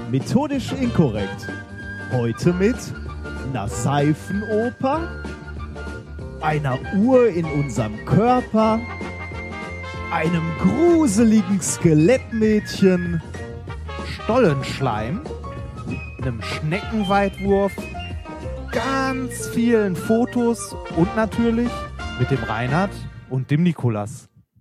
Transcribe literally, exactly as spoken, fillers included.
Methodisch inkorrekt. Heute mit einer Seifenoper, einer Uhr in unserem Körper, einem gruseligen Skelettmädchen, Stollenschleim, einem Schneckenweitwurf, ganz vielen Fotos und natürlich mit dem Reinhard und dem Nikolas.